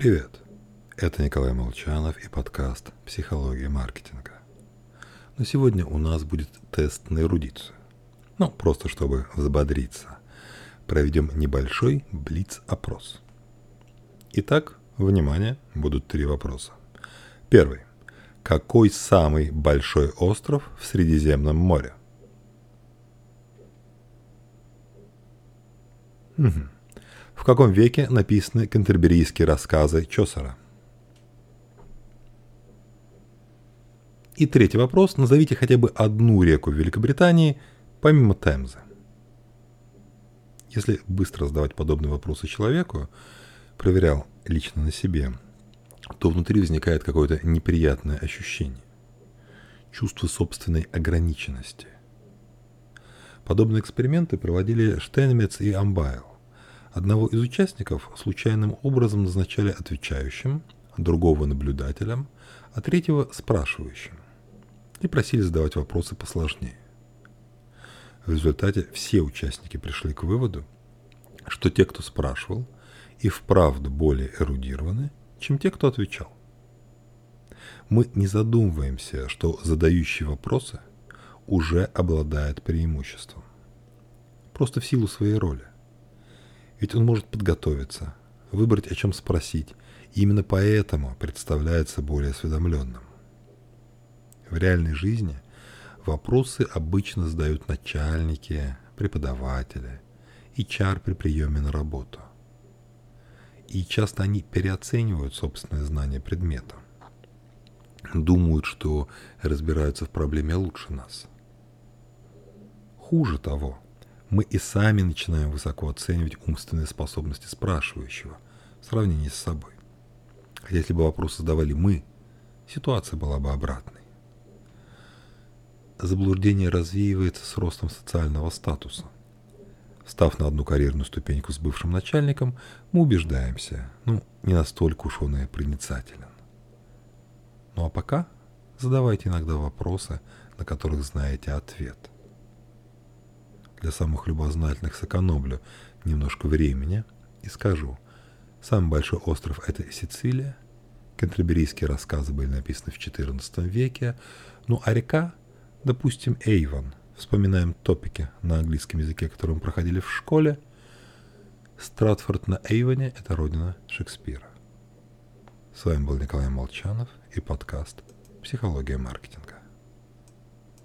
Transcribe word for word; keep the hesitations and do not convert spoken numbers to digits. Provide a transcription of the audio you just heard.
Привет! Это Николай Молчанов и подкаст «Психология маркетинга». Но сегодня у нас будет тест на эрудицию. Ну, просто чтобы взбодриться. Проведем небольшой блиц-опрос. Итак, внимание, будут три вопроса. Первый. Какой самый большой остров в Средиземном море? Угу. В каком веке написаны кантерберийские рассказы Чосера? И третий вопрос. Назовите хотя бы одну реку в Великобритании, помимо Темзы. Если быстро задавать подобные вопросы человеку, проверял лично на себе, то внутри возникает какое-то неприятное ощущение. Чувство собственной ограниченности. Подобные эксперименты проводили Штейнмец и Амбайл. Одного из участников случайным образом назначали отвечающим, другого наблюдателем, а третьего спрашивающим. И просили задавать вопросы посложнее. В результате все участники пришли к выводу, что те, кто спрашивал, и вправду более эрудированы, чем те, кто отвечал. Мы не задумываемся, что задающий вопросы уже обладает преимуществом. Просто в силу своей роли. Ведь он может подготовиться, выбрать, о чем спросить, и именно поэтому представляется более осведомленным. В реальной жизни вопросы обычно задают начальники, преподаватели, эйч ар при приеме на работу. И часто они переоценивают собственное знание предмета. Думают, что разбираются в проблеме лучше нас. Хуже того, мы и сами начинаем высоко оценивать умственные способности спрашивающего в сравнении с собой. Хотя если бы вопросы задавали мы, ситуация была бы обратной. Заблуждение развеивается с ростом социального статуса. Встав на одну карьерную ступеньку с бывшим начальником, мы убеждаемся, ну, не настолько уж он и проницателен. Ну а пока задавайте иногда вопросы, на которых знаете ответ. Для самых любознательных сэкономлю немножко времени и скажу. Самый большой остров – это Сицилия. Кантерберийские рассказы были написаны в четырнадцатом веке. Ну а река, допустим, Эйвон. Вспоминаем топики на английском языке, которые мы проходили в школе. Стратфорд на Эйвоне – это родина Шекспира. С вами был Николай Молчанов и подкаст «Психология маркетинга».